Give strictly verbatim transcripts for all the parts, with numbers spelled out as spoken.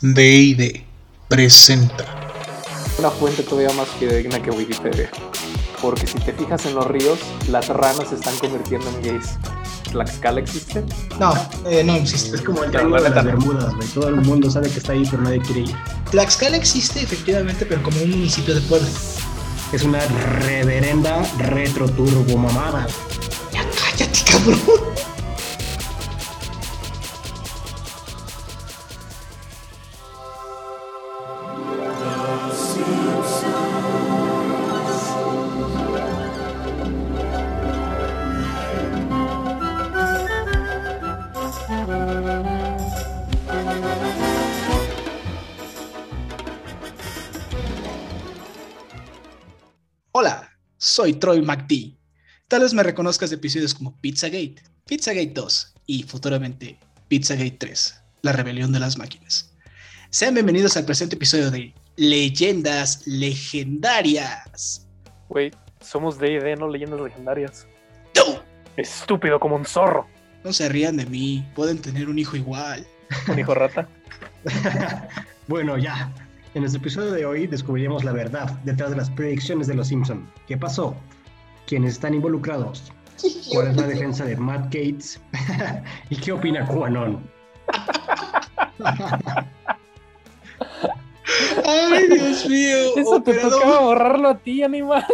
D y D presenta una fuente todavía más fidedigna que Wikipedia, porque si te fijas en los ríos, las ranas se están convirtiendo en gays. ¿Tlaxcala existe? No, eh, no existe. Es como el triángulo de las Bermudas, güey. Todo el mundo sabe que está ahí, pero nadie quiere ir. Tlaxcala existe efectivamente, pero como un municipio de Puebla. Es una reverenda retro turbo mamada. Ya cállate, cabrón. Hola, soy Troy McD. Tal vez me reconozcas de episodios como Pizzagate, Pizzagate dos y futuramente Pizzagate tres, la rebelión de las máquinas. Sean bienvenidos al presente episodio de Leyendas Legendarias. Güey, somos D y D, no leyendas legendarias. ¡No! Estúpido como un zorro. No se rían de mí, pueden tener un hijo igual. ¿Un hijo rata? Bueno, ya. En nuestro episodio de hoy descubriremos la verdad detrás de las predicciones de los Simpson. ¿Qué pasó? ¿Quiénes están involucrados? ¿Cuál es la defensa de Matt Gaetz? ¿Y qué opina QAnon? ¡Ay, Dios mío! Eso te Operador. tocaba borrarlo a ti, animal.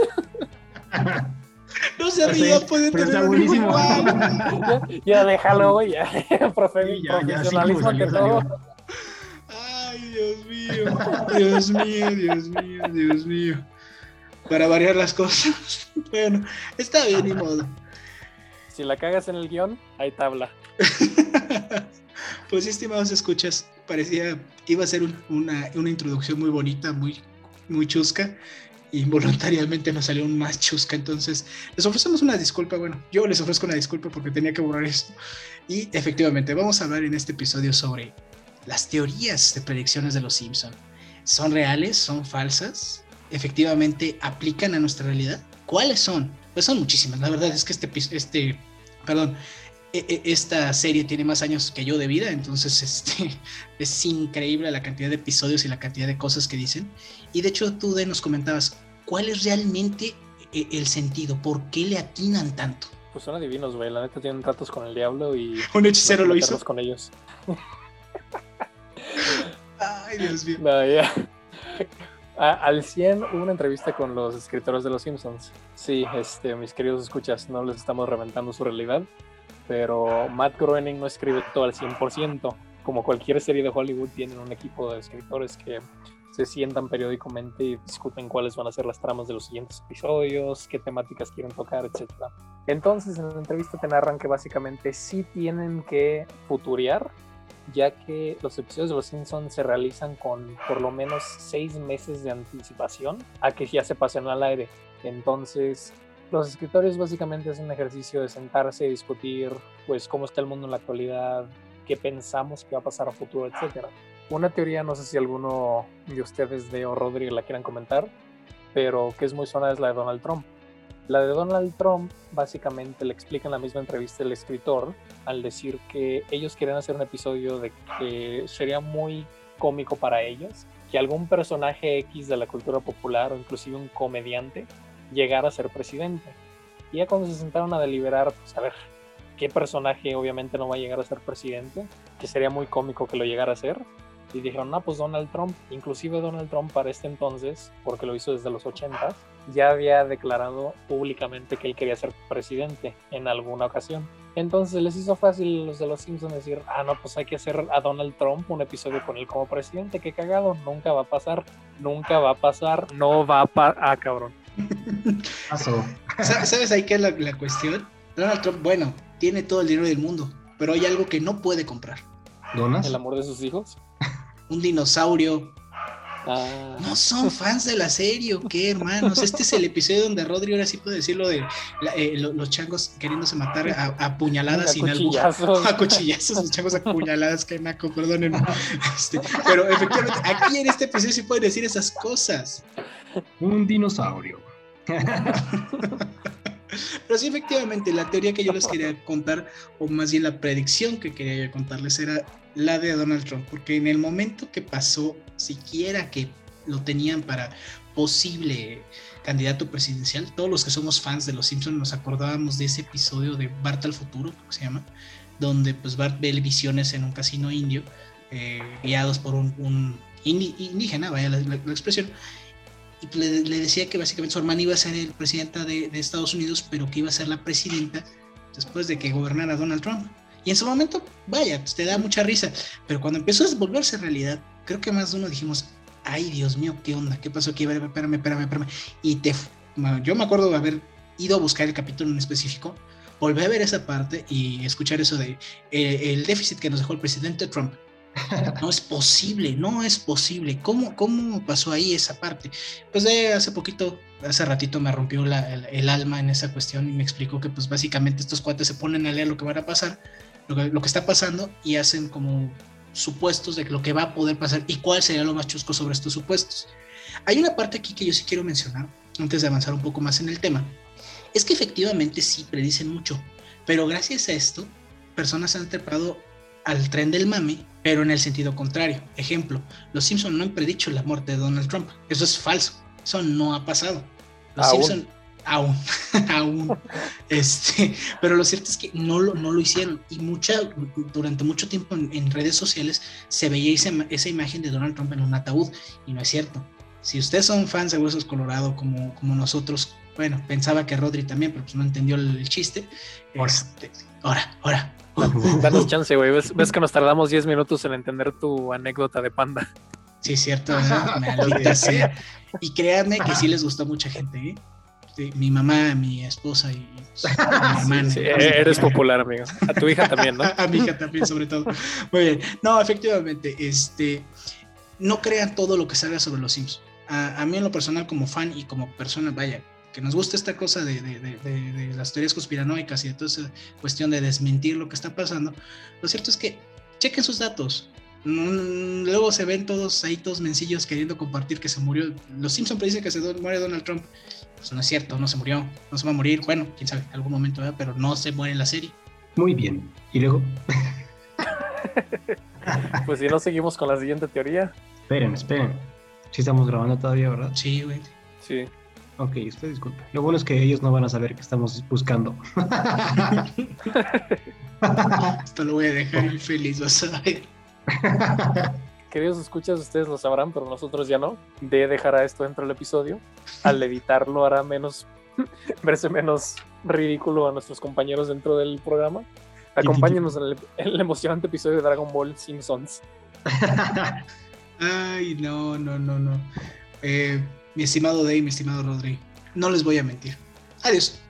No se ría, Sí, puede pero tener está un hijo buenísimo. ya, igual. ya déjalo, güey. Ya. Profe, Sí, ya, ya, así como profesionalismo salió, que todo. salió. Ay, Dios mío, Dios mío, Dios mío, Dios mío. Para variar las cosas. Bueno, está bien, ni modo. Si la cagas en el guión, hay tabla. Pues sí, estimados escuchas, parecía, iba a ser un- una, una introducción muy bonita, muy, muy chusca. Involuntariamente nos salió un más chusca, entonces les ofrecemos una disculpa. Bueno, yo les ofrezco una disculpa porque tenía que borrar esto. Y efectivamente, vamos a hablar en este episodio sobre las teorías de predicciones de los Simpson. ¿Son reales? ¿Son falsas? ¿Efectivamente aplican a nuestra realidad? ¿Cuáles son? Pues son muchísimas. La verdad es que este, epi- este perdón, e- e- esta serie tiene más años que yo de vida, entonces este, es increíble la cantidad de episodios y la cantidad de cosas que dicen. Y de hecho tú de nos comentabas, ¿cuál es realmente eh, el sentido? ¿Por qué le atinan tanto? Pues son adivinos, güey. La neta tienen tratos con el diablo y... ¿Un hechicero lo hizo? meternos con ellos. Ay, Dios mío. No, ya. A- al cien hubo una entrevista con los escritores de Los Simpsons. Sí, este, mis queridos escuchas, no les estamos reventando su realidad, pero Matt Groening no escribe todo al cien por ciento. Como cualquier serie de Hollywood, tienen un equipo de escritores que se sientan periódicamente y discuten cuáles van a ser las tramas de los siguientes episodios, qué temáticas quieren tocar, etcétera. Entonces, en la entrevista te narran que básicamente sí tienen que futurear, ya que los episodios de Los Simpsons se realizan con por lo menos seis meses de anticipación a que ya se pasen al aire. Entonces, los escritores básicamente hacen un ejercicio de sentarse y discutir pues cómo está el mundo en la actualidad, qué pensamos que va a pasar a futuro, etcétera. Una teoría, no sé si alguno de ustedes de o Rodri la quieran comentar, pero que es muy sonada es la de Donald Trump. La de Donald Trump básicamente le explica en la misma entrevista el escritor al decir que ellos querían hacer un episodio de que sería muy cómico para ellos que algún personaje X de la cultura popular o inclusive un comediante llegara a ser presidente. Y ya cuando se sentaron a deliberar, pues a ver, qué personaje obviamente no va a llegar a ser presidente, que sería muy cómico que lo llegara a ser, y dijeron, no, pues Donald Trump. Inclusive Donald Trump para este entonces, porque lo hizo desde los ochentas, ya había declarado públicamente que él quería ser presidente en alguna ocasión. Entonces les hizo fácil a los de los Simpsons decir, ah, no, pues hay que hacer a Donald Trump un episodio con él como presidente. Qué cagado, nunca va a pasar, nunca va a pasar, no va a pasar. Ah, cabrón. Pasó. Sa- ¿Sabes ahí qué es la, la cuestión? Donald Trump, bueno, tiene todo el dinero del mundo, pero hay algo que no puede comprar. ¿Donas? El amor de sus hijos. Un dinosaurio. Ah, No son fans de la serie, ¿o qué, hermanos? Este es el episodio donde Rodri ahora sí puede decirlo de la- eh, lo- los changos queriéndose matar a, a puñaladas a sin albur. cuchillazos. A cuchillazos, los changos a puñaladas, qué naco, perdónenme. Este, pero efectivamente, aquí en este episodio sí pueden decir esas cosas. Un dinosaurio. Pero sí, efectivamente, la teoría que yo les quería contar, o más bien la predicción que quería yo contarles, era la de Donald Trump, porque en el momento que pasó, siquiera que lo tenían para posible candidato presidencial, todos los que somos fans de Los Simpsons nos acordábamos de ese episodio de Bart al futuro, ¿cómo se llama? Donde pues Bart ve visiones en un casino indio, eh, guiados por un, un indígena, vaya la, la, la expresión, y le, le decía que básicamente su hermana iba a ser el presidenta de, de Estados Unidos, pero que iba a ser la presidenta después de que gobernara Donald Trump. Y en su momento, vaya, pues te da mucha risa, pero cuando empezó a volverse realidad, creo que más de uno dijimos, ay, Dios mío, ¿qué onda? ¿Qué pasó aquí? Espérame, espérame, espérame. Y te, yo me acuerdo de haber ido a buscar el capítulo en específico, volví a ver esa parte y escuchar eso de eh, el déficit que nos dejó el presidente Trump. No es posible, no es posible. ¿Cómo, cómo pasó ahí esa parte? Pues de hace poquito, hace ratito me rompió la, el, el alma en esa cuestión y me explicó que pues básicamente estos cuates se ponen a leer lo que van a pasar, lo que, lo que está pasando y hacen como supuestos de lo que va a poder pasar y cuál sería lo más chusco sobre estos supuestos. Hay una parte aquí que yo sí quiero mencionar antes de avanzar un poco más en el tema, es que efectivamente sí predicen mucho, pero gracias a esto personas han trepado al tren del mame, pero en el sentido contrario. Ejemplo, los Simpsons no han predicho la muerte de Donald Trump, eso es falso, eso no ha pasado. Los ¿Aún? Simpsons aún, aún, este, pero lo cierto es que no lo, no lo hicieron y mucha, durante mucho tiempo en, en redes sociales se veía esa, esa imagen de Donald Trump en un ataúd y no es cierto. Si ustedes son fans de Huesos Colorado como, como nosotros, bueno, pensaba que Rodri también, pero pues no entendió el, el chiste. Ahora, este, ahora, ahora. Danos chance, güey. ¿Ves, ves que nos tardamos diez minutos en entender tu anécdota de Panda. Sí, es cierto, maldita sea. Y créanme que sí les gustó a mucha gente, ¿eh? Sí, mi mamá, mi esposa y pues, mi hermana. Sí, eres popular, amigo. A tu hija también, ¿no? A mi hija también, sobre todo. Muy bien. No, efectivamente, este, no crean todo lo que salga sobre los Simpsons. A, a mí en lo personal, como fan y como persona, vaya, que nos gusta esta cosa de, de, de, de, de las teorías conspiranoicas y de toda esa cuestión de desmentir lo que está pasando, lo cierto es que chequen sus datos. Luego se ven todos ahí, todos mencillos queriendo compartir que se murió. Los Simpsons predicen que se muere Donald Trump. Pues no es cierto, no se murió, no se va a morir. Bueno, quién sabe, en algún momento, ¿verdad? Pero no se muere en la serie. Muy bien. ¿Y luego? Pues si no, seguimos con la siguiente teoría. Esperen, esperen. Sí estamos grabando todavía, ¿verdad? Sí, güey. Sí. Ok, usted disculpe. Lo bueno es que ellos no van a saber que estamos buscando. Esto lo voy a dejar infeliz, vas a ver. Queridos escuchas, ustedes lo sabrán, pero nosotros ya no. De dejar a esto dentro del episodio. Al editarlo hará menos, verse menos ridículo a nuestros compañeros dentro del programa. Acompáñenos en el, en el emocionante episodio de Dragon Ball Simpsons. Ay, no, no, no, no. Eh, mi estimado Dave, mi estimado Rodri, no les voy a mentir. Adiós.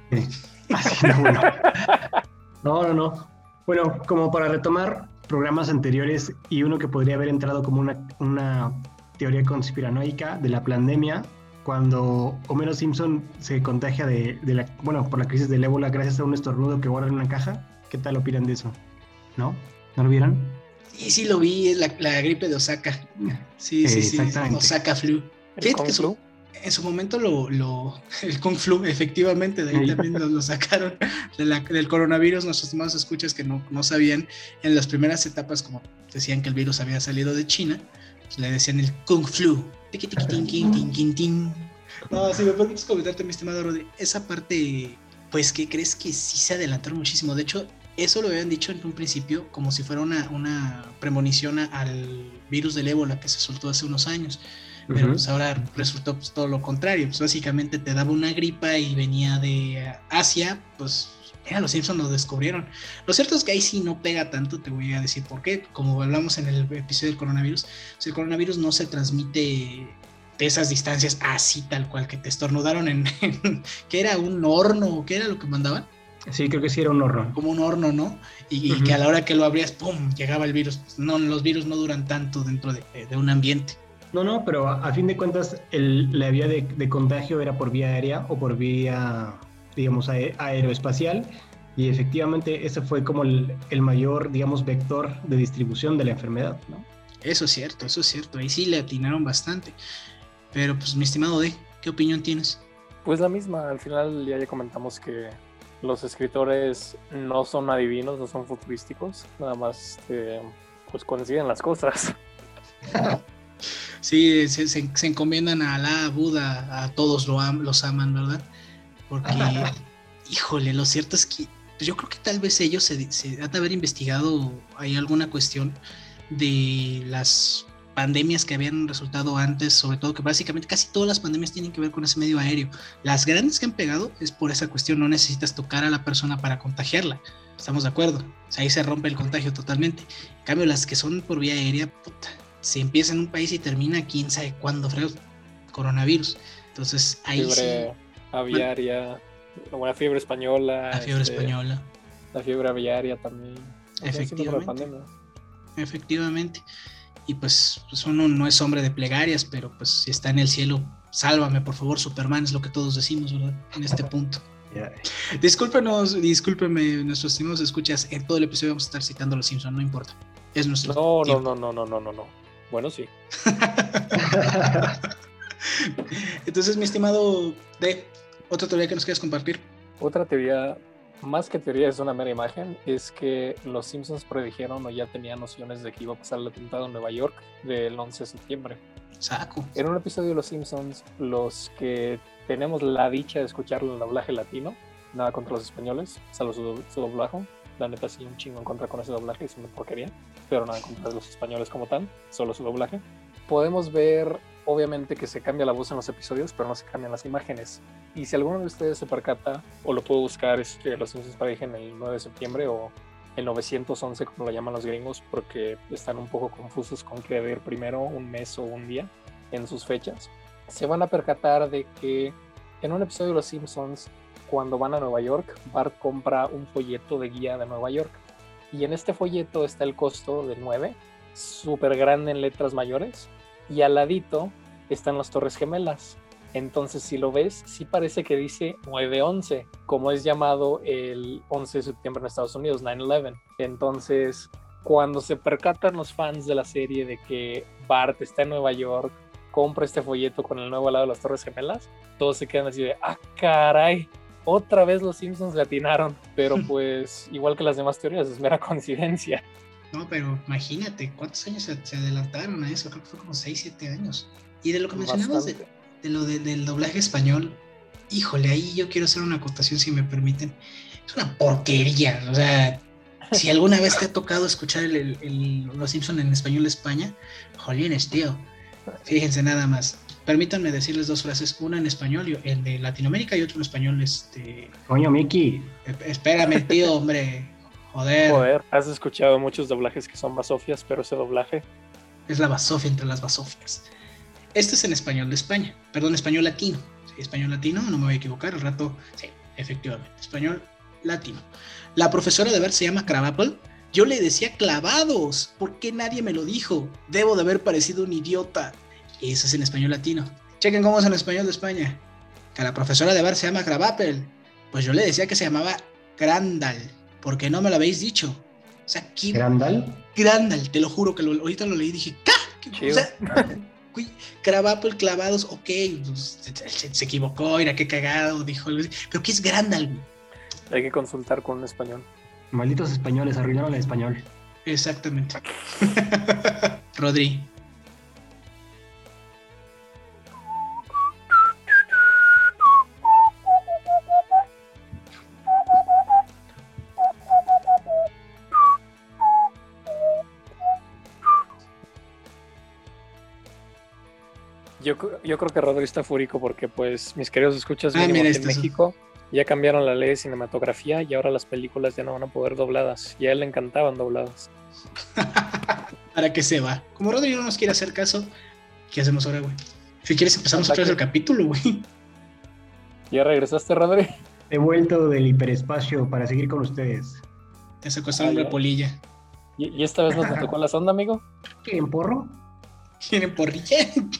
No, no, no. Bueno, como para retomar programas anteriores y uno que podría haber entrado como una, una teoría conspiranoica de la pandemia, cuando Homero Simpson se contagia de, de la, bueno, por la crisis del ébola gracias a un estornudo que guarda en una caja. ¿Qué tal opinan de eso? ¿No? ¿No lo vieron? Sí, sí lo vi, es la, la gripe de Osaka. Sí, sí, sí, Osaka flu. Fíjate que su, en su momento lo, lo el Kung Flu, efectivamente, de ahí también lo, lo sacaron de la, del coronavirus. Nuestros más escuchas que no, no sabían, en las primeras etapas, como decían que el virus había salido de China, pues le decían el Kung Flu. Tiqui, tiqui, tin, tin, tin, tin, tin. No, si me permites comentarte, mi estimado Rodri, esa parte, pues, ¿qué crees? Que sí se adelantaron muchísimo. De hecho, eso lo habían dicho en un principio como si fuera una, una premonición al virus del ébola que se soltó hace unos años. Pero uh-huh. pues ahora resultó pues, todo lo contrario. Pues básicamente te daba una gripa y venía de Asia, pues mira, los Simpsons lo descubrieron. Lo cierto es que ahí sí no pega tanto, te voy a decir por qué. Como hablamos en el episodio del coronavirus, pues el coronavirus no se transmite de esas distancias así tal cual, que te estornudaron en, en que era un horno, ¿qué era lo que mandaban? Sí, creo que sí era un horno. Como un horno, ¿no? Y, uh-huh. y que a la hora que lo abrías, ¡pum!, llegaba el virus. No, los virus no duran tanto dentro de, de, de un ambiente. No, no, pero a, a fin de cuentas el, la vía de, de contagio era por vía aérea o por vía, digamos, aer, aeroespacial, y efectivamente ese fue como el, el mayor, digamos, vector de distribución de la enfermedad, ¿no? Eso es cierto, eso es cierto, ahí sí le atinaron bastante. Pero pues, mi estimado D, ¿qué opinión tienes? Pues la misma, al final ya, ya comentamos que los escritores no son adivinos, no son futurísticos, nada más eh, pues coinciden las cosas. Sí, se, se, se encomiendan a Alá, a Buda, a todos lo am, los aman, ¿verdad? Porque, híjole, lo cierto es que pues yo creo que tal vez ellos se, se han de haber investigado, hay alguna cuestión de las pandemias que habían resultado antes, sobre todo que básicamente casi todas las pandemias tienen que ver con ese medio aéreo. Las grandes que han pegado es por esa cuestión, no necesitas tocar a la persona para contagiarla, estamos de acuerdo, o sea, ahí se rompe el contagio totalmente. En cambio, las que son por vía aérea, puta, se empieza en un país y termina quién sabe cuándo, freo, coronavirus. Entonces ahí fiebre sí, aviaria, la fiebre española. La fiebre este, española. La fiebre aviaria también. Efectivamente. Efectivamente. Y pues, pues uno no es hombre de plegarias, pero pues si está en el cielo, sálvame, por favor, Superman, es lo que todos decimos, ¿verdad? En este punto. Yeah. Discúlpenos, discúlpeme, nuestros estimados escuchas, en todo el episodio vamos a estar citando a los Simpsons, no importa. Es nuestro No, tiempo. no, no, no, no, no, no. Bueno, sí. Entonces, mi estimado D, ¿otra teoría que nos quieras compartir? Otra teoría, más que teoría, es una mera imagen, es que los Simpsons predijeron o ya tenían nociones de que iba a pasar el atentado en Nueva York del once de septiembre. Saco. En un episodio de Los Simpsons, los que tenemos la dicha de escucharlo en doblaje latino, nada contra los españoles, salvo su, su doblaje, la neta sí un chingo en contra con ese doblaje, es una porquería, pero nada contra los españoles como tal, solo su doblaje. Podemos ver, obviamente, que se cambia la voz en los episodios, pero no se cambian las imágenes. Y si alguno de ustedes se percata, o lo puedo buscar, es que los Simpsons predijen el nueve de septiembre o el novecientos once, como lo llaman los gringos, porque están un poco confusos con qué ver primero, un mes o un día en sus fechas. Se van a percatar de que en un episodio de Los Simpsons, cuando van a Nueva York, Bart compra un folleto de guía de Nueva York. Y en este folleto está el costo del nueve, súper grande en letras mayores, y al ladito están las Torres Gemelas. Entonces, si lo ves, sí parece que dice nueve once, como es llamado el once de septiembre en Estados Unidos, nueve once. Entonces, cuando se percatan los fans de la serie de que Bart está en Nueva York, compra este folleto con el nuevo lado de las Torres Gemelas, todos se quedan así de, ¡ah, caray! Otra vez los Simpsons le atinaron, pero pues, igual que las demás teorías, es mera coincidencia. No, pero imagínate, ¿cuántos años se, se adelantaron a eso? Creo que fue como seis, siete años. Y de lo que mencionamos de, de lo de, del doblaje español, híjole, ahí yo quiero hacer una acotación, si me permiten. Es una porquería, o sea, si alguna vez te ha tocado escuchar el, el, el, Los Simpsons en español de España, jolines, tío, fíjense nada más. Permítanme decirles dos frases, una en español, el de Latinoamérica, y otro en español, este... Coño, Mickey. Espérame, tío, hombre. Joder. Joder, has escuchado muchos doblajes que son basofias, pero ese doblaje es la basofia entre las basofias. Este es en español de España, perdón, español latino. Sí, español latino, no me voy a equivocar, al rato, sí, efectivamente, español latino. La profesora de Bart se llama Krabappel. Yo le decía clavados, ¿por qué nadie me lo dijo? Debo de haber parecido un idiota. Eso es en español latino. Chequen cómo es en español de España. Que la profesora de Bart se llama Krabappel. Pues yo le decía que se llamaba Grandal. ¿Por qué no me lo habéis dicho? O sea, ¿qué? ¿Grandal? Grandal, te lo juro que lo, ahorita lo leí y dije, ¿qué? O sea, Krabappel, clavados, ok, pues, se, se equivocó, mira qué cagado, dijo, pero ¿qué es Grandal, güey? Hay que consultar con un español. Malditos españoles, arruinaron el español. Exactamente. Rodri. Yo, yo creo que Rodri está fúrico porque, pues, mis queridos escuchas, ah, mira, en México ya cambiaron la ley de cinematografía y ahora las películas ya no van a poder dobladas. Y a él le encantaban dobladas. ¿Para qué se va? Como Rodri no nos quiere hacer caso, ¿qué hacemos ahora, güey? Si quieres empezamos otra vez el capítulo, güey. ¿Ya regresaste, Rodri? He vuelto del hiperespacio para seguir con ustedes. Te secuestraron ah, la polilla. ¿Y, ¿Y esta vez no te tocó la sonda, amigo? ¿Quieren porro? ¿Quieren porrilla?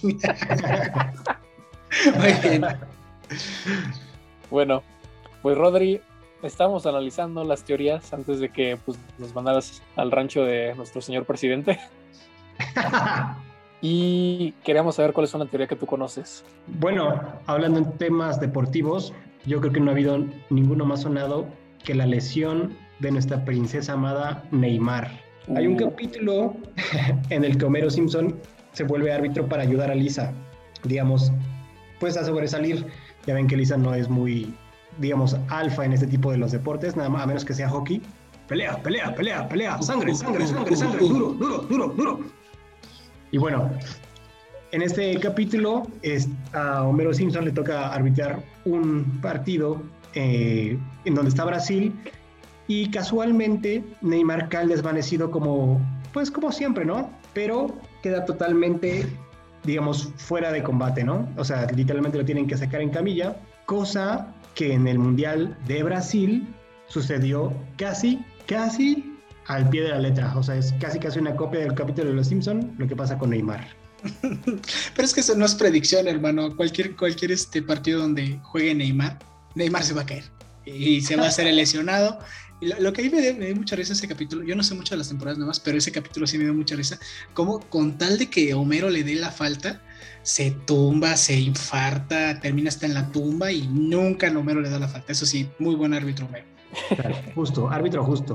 Muy bien. Bueno, pues Rodri, estamos analizando las teorías antes de que pues, nos mandaras al rancho de nuestro señor presidente. Y queríamos saber cuál es una teoría que tú conoces. Bueno, hablando en temas deportivos, yo creo que no ha habido ninguno más sonado que la lesión de nuestra princesa amada Neymar. Uh. Hay un capítulo en el que Homero Simpson se vuelve árbitro para ayudar a Lisa, digamos, pues a sobresalir. Ya ven que Lisa no es muy, digamos, alfa en este tipo de los deportes, nada más, a menos que sea hockey. Pelea, pelea, pelea, pelea, sangre, sangre, sangre, sangre, duro, duro, duro, duro. Y bueno, en este capítulo es, a Homero Simpson le toca arbitrar un partido eh, en donde está Brasil y casualmente Neymar cae desvanecido como, pues como siempre, ¿no? Pero queda totalmente, digamos, fuera de combate, ¿no? O sea, literalmente lo tienen que sacar en camilla, cosa que en el Mundial de Brasil sucedió casi, casi al pie de la letra. O sea, es casi casi una copia del capítulo de Los Simpson, lo que pasa con Neymar. Pero es que eso no es predicción, hermano. Cualquier, cualquier este partido donde juegue Neymar, Neymar se va a caer y se va a hacer lesionado. Y lo, lo que a mí me dio, me dio mucha risa ese capítulo, yo no sé mucho de las temporadas nuevas, pero ese capítulo sí me dio mucha risa, como con tal de que Homero le dé la falta, se tumba, se infarta, termina hasta en la tumba y nunca a Homero le da la falta. Eso sí, muy buen árbitro Homero. Claro, justo, árbitro justo.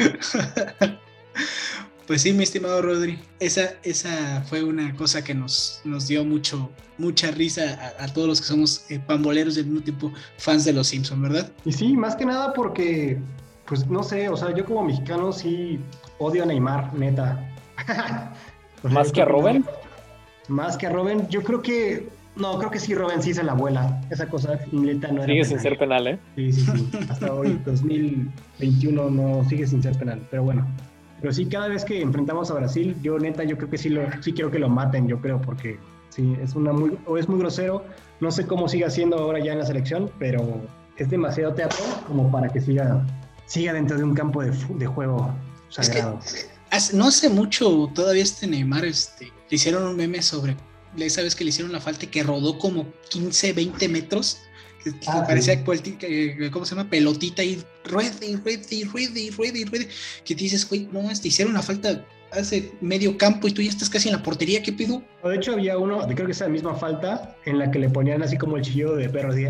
Pues sí, mi estimado Rodri, esa, esa fue una cosa que nos, nos dio mucho, mucha risa a, a todos los que somos eh, pamboleros y al mismo tiempo fans de Los Simpson, ¿verdad? Y sí, más que nada porque, pues no sé, o sea, yo como mexicano sí odio a Neymar, neta. O sea, ¿más que a Robin? No, más que a Robin, yo creo que, no, creo que sí, Robin sí se la vuela. Esa cosa, neta, no era sigue penal. Sin ser penal, ¿eh? Sí, sí, sí. Hasta hoy, dos mil veintiuno, no sigue sin ser penal, pero bueno. Pero sí, cada vez que enfrentamos a Brasil, yo neta, yo creo que sí, lo, sí quiero que lo maten, yo creo, porque sí, es una muy, o es muy grosero. No sé cómo siga siendo ahora ya en la selección, pero es demasiado teatro como para que siga, siga dentro de un campo de, de juego sagrado. Es que hace, no hace mucho todavía este Neymar, este, le hicieron un meme sobre, esa vez que le hicieron la falta y que rodó como quince, veinte metros, que, que ah, parecía, sí. que, ¿cómo se llama? Pelotita y ruede y ruede y ruede y ruede y ruede, que te dices, güey, no, te hicieron la falta hace medio campo y tú ya estás casi en la portería, ¿qué pedo? De hecho había uno, creo que es la misma falta, en la que le ponían así como el chillido de perro, así.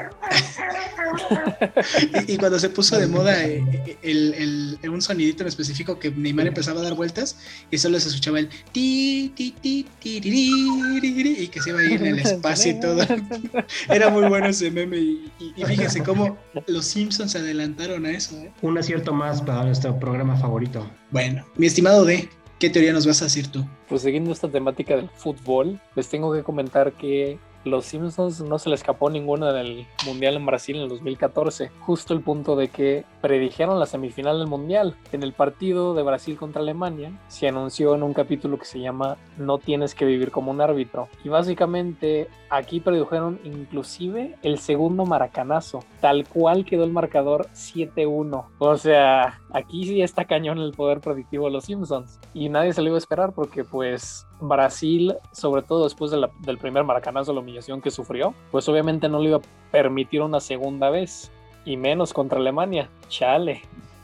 y, y cuando se puso de moda eh, el, el, el, un sonidito en específico que Neymar empezaba a dar vueltas y solo se escuchaba el ti, ti, ti, ti, ti, ti, ti, ti, y que se iba a ir en el espacio y todo. Era muy bueno ese meme y, y, y fíjense cómo los Simpsons se adelantaron a eso, ¿eh? Un acierto más para nuestro programa favorito. Bueno, mi estimado D, ¿qué teoría nos vas a decir tú? Pues siguiendo esta temática del fútbol, les tengo que comentar que los Simpsons no se le escapó ninguna del Mundial en Brasil en el dos mil catorce, justo el punto de que predijeron la semifinal del Mundial. En el partido de Brasil contra Alemania se anunció en un capítulo que se llama No tienes que vivir como un árbitro, y básicamente aquí predijeron inclusive el segundo maracanazo, tal cual quedó el marcador siete uno. O sea, aquí sí está cañón el poder predictivo de los Simpsons y nadie se lo iba a esperar porque pues Brasil, sobre todo después de la, del primer maracanazo, la humillación que sufrió, pues obviamente no le iba a permitir una segunda vez, y menos contra Alemania. Chale.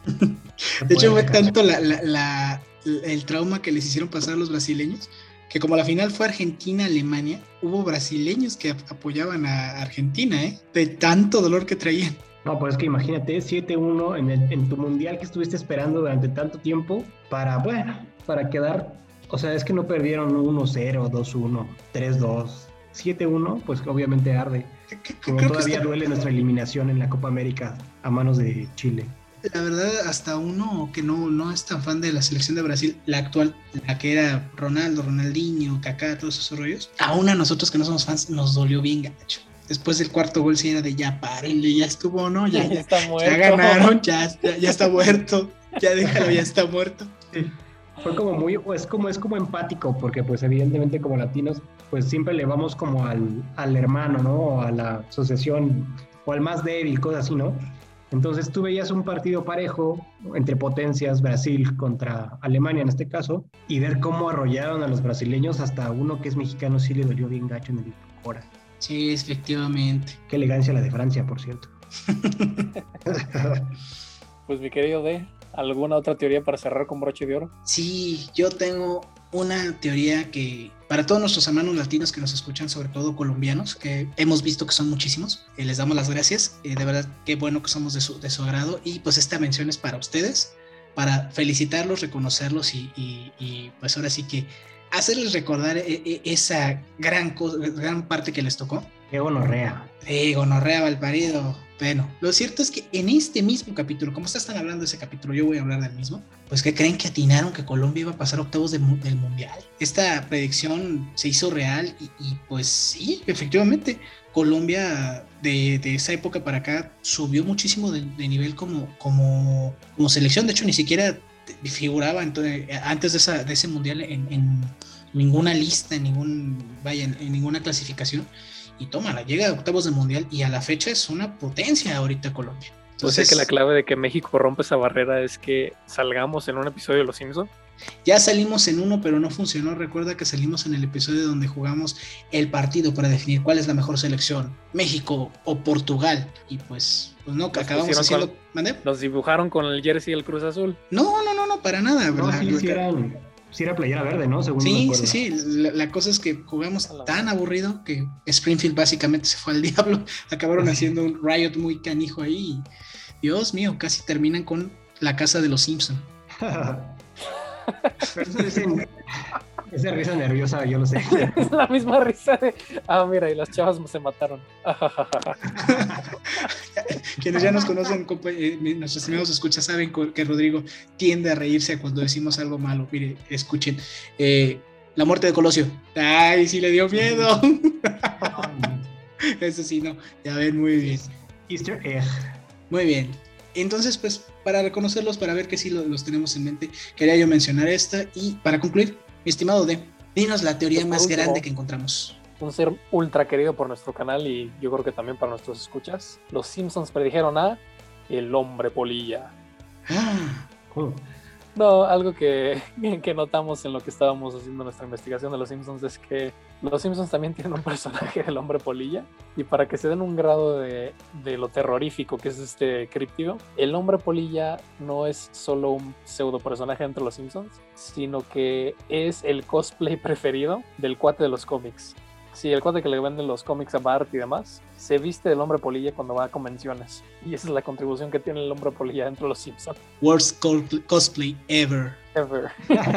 De hecho fue tanto la, la, la, el trauma que les hicieron pasar a los brasileños, que como la final fue Argentina-Alemania, hubo brasileños que apoyaban a Argentina, ¿eh? De tanto dolor que traían. No, pues es que imagínate, siete uno en, el, en tu mundial que estuviste esperando durante tanto tiempo para, bueno, para quedar. O sea, es que no perdieron uno cero, dos uno, tres dos, siete uno, pues obviamente arde. Como Creo todavía está... duele nuestra eliminación en la Copa América a manos de Chile. La verdad, hasta uno que no, no es tan fan de la selección de Brasil, la actual, la que era Ronaldo, Ronaldinho, Kaká, todos esos rollos, aún a nosotros que no somos fans nos dolió bien gacho. Después del cuarto gol sí era de ya párenle, ya estuvo, ¿no? Ya, ya, está muerto. Ya ganaron, ya, ya, ya está muerto, ya déjalo, ya está muerto. Sí. Fue como muy, es como, es como empático, porque pues evidentemente como latinos, pues siempre le vamos como al, al hermano, ¿no? O a la asociación, o al más débil, cosas así, ¿no? Entonces tú veías un partido parejo entre potencias, Brasil contra Alemania en este caso, y ver cómo arrollaron a los brasileños, hasta uno que es mexicano sí le dolió bien gacho en el cora. Sí, efectivamente. Qué elegancia la de Francia, por cierto. Pues mi querido D, ¿alguna otra teoría para cerrar con broche de oro? Sí, yo tengo una teoría que para todos nuestros hermanos latinos que nos escuchan, sobre todo colombianos, que hemos visto que son muchísimos, eh, les damos las gracias, eh, de verdad qué bueno que somos de su, de su agrado, y pues esta mención es para ustedes, para felicitarlos, reconocerlos y, y, y pues ahora sí que hacerles recordar e, e, esa gran, cosa, gran parte que les tocó. ¡Qué gonorrea! Sí, gonorrea, Valparido. Bueno, lo cierto es que en este mismo capítulo, como ustedes están hablando de ese capítulo, yo voy a hablar del mismo, pues que creen que atinaron que Colombia iba a pasar octavos de, del Mundial. Esta predicción se hizo real y, y pues sí, efectivamente, Colombia de, de esa época para acá subió muchísimo de, de nivel como, como, como selección. De hecho, ni siquiera figuraba entonces, antes de, esa, de ese Mundial en, en ninguna lista, en, ningún, vaya, en, en ninguna clasificación. Y tómala, llega a octavos de mundial y a la fecha es una potencia ahorita Colombia. Entonces, o sea que la clave de que México rompe esa barrera es que salgamos en un episodio de Los Simpsons. Ya salimos en uno, pero no funcionó. Recuerda que salimos en el episodio donde jugamos el partido para definir cuál es la mejor selección, México o Portugal. Y pues, pues no, que acabamos haciendo... Con, ¿mandé? Nos dibujaron con el jersey del Cruz Azul. No, no, no, no, para nada. No, sí, sí eran... Sí era playera verde, ¿no? Según sí, sí, sí. La, la cosa es que jugamos tan aburrido que Springfield básicamente se fue al diablo. Acabaron haciendo un riot muy canijo ahí. Y, Dios mío, casi terminan con la casa de los Simpson. Pero eso dicen... Esa risa nerviosa, yo lo sé. Es la misma risa de... Ah, mira, y las chavas se mataron. Quienes ya nos conocen, nuestros amigos escuchas, saben que Rodrigo tiende a reírse cuando decimos algo malo. Mire, escuchen. Eh, la muerte de Colosio. ¡Ay, sí le dio miedo! Eso sí, no. Ya ven, muy bien. Easter egg. Muy bien. Entonces, pues, para reconocerlos, para ver que sí los tenemos en mente, quería yo mencionar esta. Y para concluir, mi estimado D, dinos la teoría pues más último, grande que encontramos. Un ser ultra querido por nuestro canal y yo creo que también para nuestros escuchas. Los Simpsons predijeron a el hombre polilla. Ah, oh. No, algo que, que notamos en lo que estábamos haciendo nuestra investigación de los Simpsons es que los Simpsons también tienen un personaje del hombre polilla, y para que se den un grado de, de lo terrorífico que es este críptido, el hombre polilla no es solo un pseudo personaje entre los Simpsons, sino que es el cosplay preferido del cuate de los cómics. Sí, el cuate que le venden los cómics a Bart y demás, se viste del hombre polilla cuando va a convenciones. Y esa es la contribución que tiene el hombre polilla dentro de los Simpsons. Worst cosplay ever. Ever.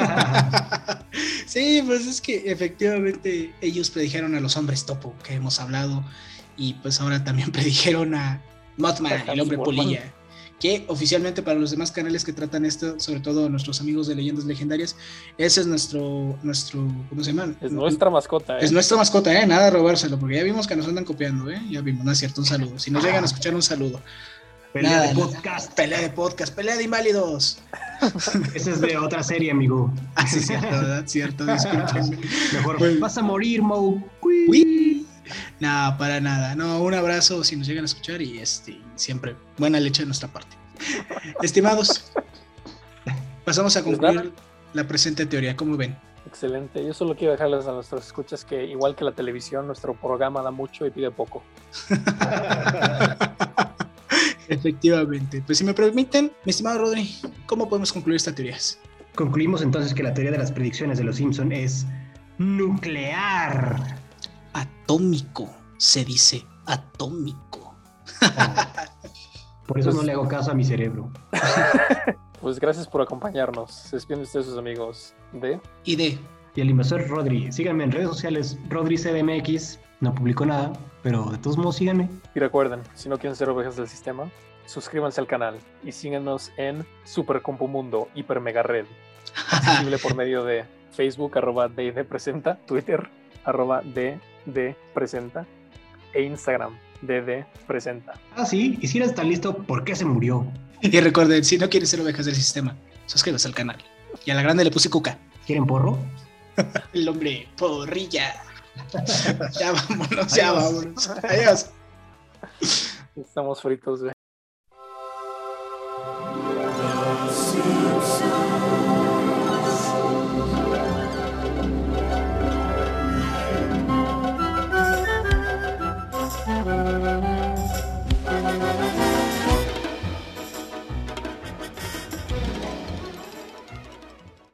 Sí, pues es que efectivamente ellos predijeron a los hombres topo que hemos hablado. Y pues ahora también predijeron a Mothman, el hombre polilla. Que oficialmente para los demás canales que tratan esto, sobre todo nuestros amigos de Leyendas Legendarias, ese es nuestro, nuestro ¿cómo se llama? Es nuestra mascota, ¿eh? Es nuestra mascota, ¿eh? Nada de robárselo, porque ya vimos que nos andan copiando, ¿eh? Ya vimos, no es cierto, un saludo. Si nos llegan a escuchar, un saludo. Pelea nada, de podcast. Pelea de podcast, pelea de inválidos. Esa es de otra serie, amigo. Ah, sí, cierto, ¿verdad? Cierto, discúlpenme. Mejor, pues, vas a morir, Mo. Uy. No, para nada. No, un abrazo si nos llegan a escuchar y este, siempre buena leche de nuestra parte. Estimados, pasamos a concluir la presente teoría. ¿Cómo ven? Excelente. Yo solo quiero dejarles a nuestros escuchas que, igual que la televisión, nuestro programa da mucho y pide poco. Efectivamente. Pues si me permiten, mi estimado Rodri, ¿cómo podemos concluir estas teorías? Concluimos entonces que la teoría de las predicciones de los Simpson es nuclear. Atómico, se dice atómico. Por eso pues, no le hago caso a mi cerebro. Pues gracias por acompañarnos. Se despiden ustedes sus amigos de y de y el invasor Rodri. Síganme en redes sociales, Rodri C D M X. No publico nada, pero de todos modos síganme. Y recuerden, si no quieren ser ovejas del sistema, suscríbanse al canal y síganos en Super Compu Mundo Hiper Mega Red, accesible por medio de Facebook, arroba D D Presenta, Twitter, arroba D D Presenta e Instagram, D D Presenta. Ah, sí, y si eres tan listo, ¿por qué se murió? Y recuerden, si no quieren ser ovejas del sistema, suscríbanse al canal. Y a la grande le puse cuca. ¿Quieren porro? El hombre porrilla. Ya vámonos, ya vámonos. Adiós. Estamos fritos, güey.